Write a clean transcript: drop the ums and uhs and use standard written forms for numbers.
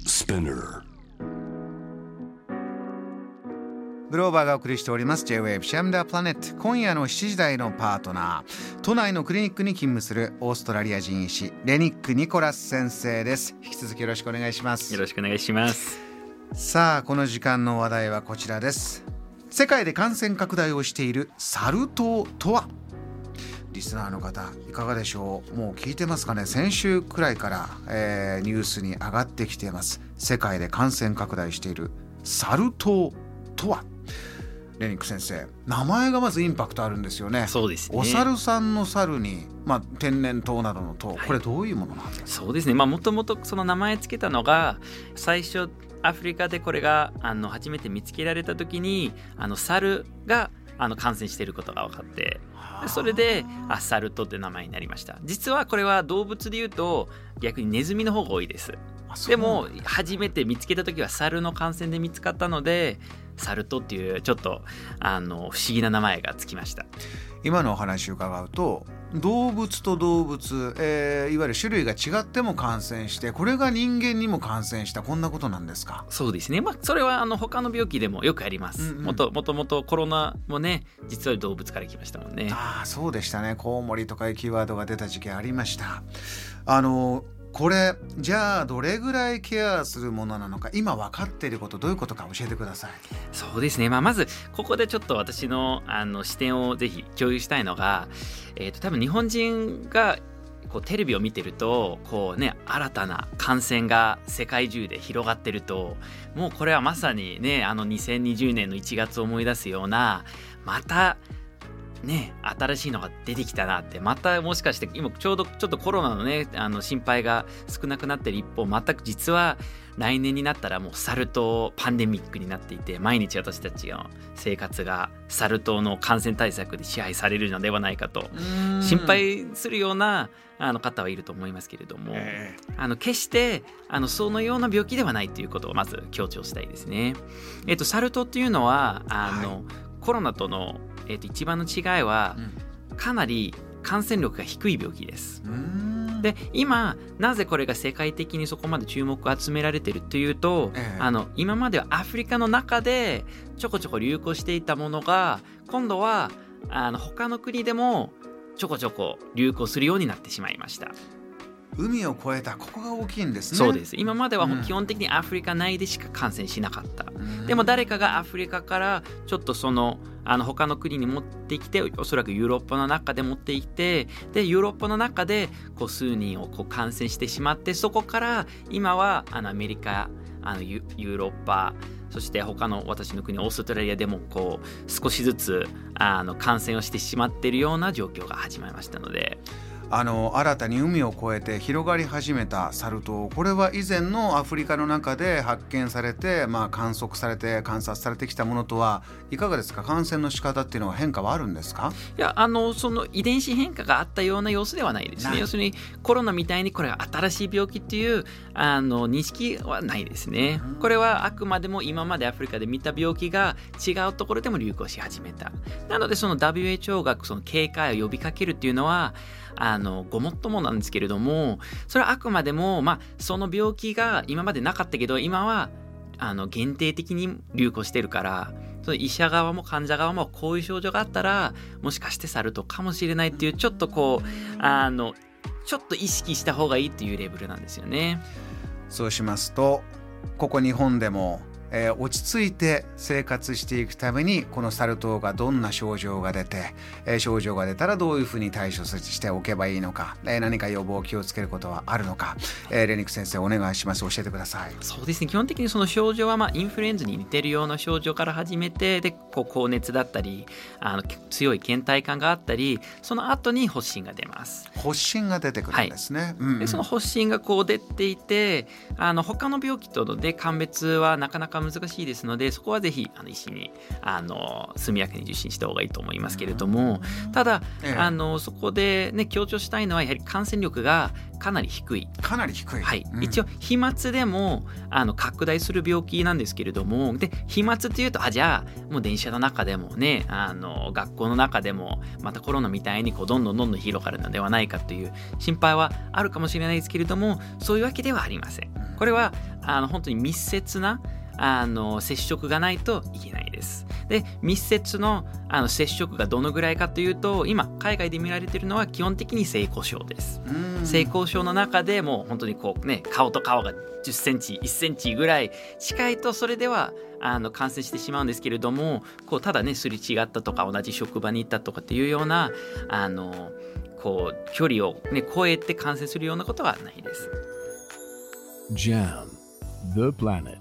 Spinner。 グローバーがお送りしております J-Wave シャムダープラネット。今夜の7時台のパートナー、都内のクリニックに勤務するオーストラリア人医師レニック・ニコラス先生です。引き続きよろしくお願いします。 よろしくお願いします。 さあ、この時間の話題はこちらです。世界で感染拡大をしているサル痘とは。リスナーの方いかがでしょう。もう聞いてますかね。先週くらいから、ニュースに上がってきています。世界で感染拡大しているサル痘とは。レニック先生、名前がまずインパクトあるんですよね。 そうですね。 お猿さんの猿に、天然痘などの痘、これどういうものなんですか。 そうですね。もともとその名前つけたのが、最初アフリカでこれが初めて見つけられた時に猿が感染していることが分かって、それでサル痘って名前になりました。実はこれは動物でいうと逆にネズミの方が多いです。でも初めて見つけた時は猿の感染で見つかったので、サル痘っていうちょっと不思議な名前がつきました。 今のお話を伺うと、動物と動物、いわゆる種類が違っても感染して、これが人間にも感染した、こんなことなんですか。 そうですね。それは他の病気でもよくあります。もともとコロナもね、実は動物から来ましたもんね。 そうでしたね。コウモリとかいうキーワードが出た時期ありました。これじゃあどれぐらいケアするものなのか、今分かっていること、どういうことか教えてください。 そうですね。まずここでちょっと私の視点をぜひ共有したいのが、多分日本人がテレビを見てると新たな感染が世界中で広がってると、もうこれはまさにね、2020年の1月を思い出すような、またね、新しいのが出てきたなって、またもしかして今ちょうどちょっとコロナのね心配が少なくなってる一方、全く実は来年になったらもうサル痘パンデミックになっていて、毎日私たちの生活がサル痘の感染対策で支配されるのではないかと心配するような方はいると思いますけれども、決してそのような病気ではないということをまず強調したいですね。サル痘っていうのはコロナとの一番の違いは、かなり感染力が低い病気です。で、今なぜこれが世界的にそこまで注目を集められているというと、今まではアフリカの中でちょこちょこ流行していたものが、今度は他の国でもちょこちょこ流行するようになってしまいました。 海を越えた、ここが大きいんですね。 そうです。今までは基本的にアフリカ内でしか感染しなかった。でも誰かがアフリカからちょっと他の国に持ってきて、おそらくヨーロッパの中で持ってきて、でヨーロッパの中で数人を感染してしまって、そこから今はアメリカ、ヨーロッパ、そして他の私の国オーストラリアでも少しずつ感染をしてしまっているような状況が始まりましたので、 新たに海を越えて広がり始めたサル痘、これは以前のアフリカの中で発見されて、観測されて観察されてきたものとはいかがですか。感染の仕方っていうのは変化はあるんですか。 いや、その遺伝子変化があったような様子ではないですね。要するにコロナみたいにこれは新しい病気っていう認識はないですね。これはあくまでも今までアフリカで見た病気が違うところでも流行し始めた。なのでその WHO が警戒を呼びかけるっていうのはごもっともなんですけれども、それはあくまでも、その病気が今までなかったけど今は限定的に流行してるから、その医者側も患者側もこういう症状があったらもしかしてサル痘かもしれないっていう、ちょっとちょっと意識した方がいいっていうレベルなんですよね。 そうしますと、ここ日本でも落ち着いて生活していくために、このサル痘がどんな症状が出て、症状が出たらどういうふうに対処しておけばいいのか、何か予防気をつけることはあるのか、レニック先生お願いします。教えてください。 そうですね。基本的にその症状はインフルエンザに似てるような症状から始めて、で高熱だったり強い倦怠感があったり、その後に発疹が出ます。 発疹が出てくるんですね。 でその発疹が出ていて、他の病気との判別はなかなかか難しいですので、そこはぜひ医師に速やかに受診した方がいいと思いますけれども、ただ、そこで、ね、強調したいのはやはり感染力がかなり低い。はい、一応飛沫でも拡大する病気なんですけれども、で飛沫っていうとじゃあもう電車の中でもね学校の中でもまたコロナみたいにどんどん広がるのではないかという心配はあるかもしれないですけれども、そういうわけではありません。これは本当に密接な接触がないといけないです。で密接の接触がどのぐらいかというと、今海外で見られているのは基本的に性交渉です。性交渉の中でも本当に顔と顔が10センチ1センチぐらい近いと、それでは感染してしまうんですけれども、ただねすれ違ったとか同じ職場に行ったとかっていうような距離を、ね、超えて感染するようなことはないです。 JAM The Planet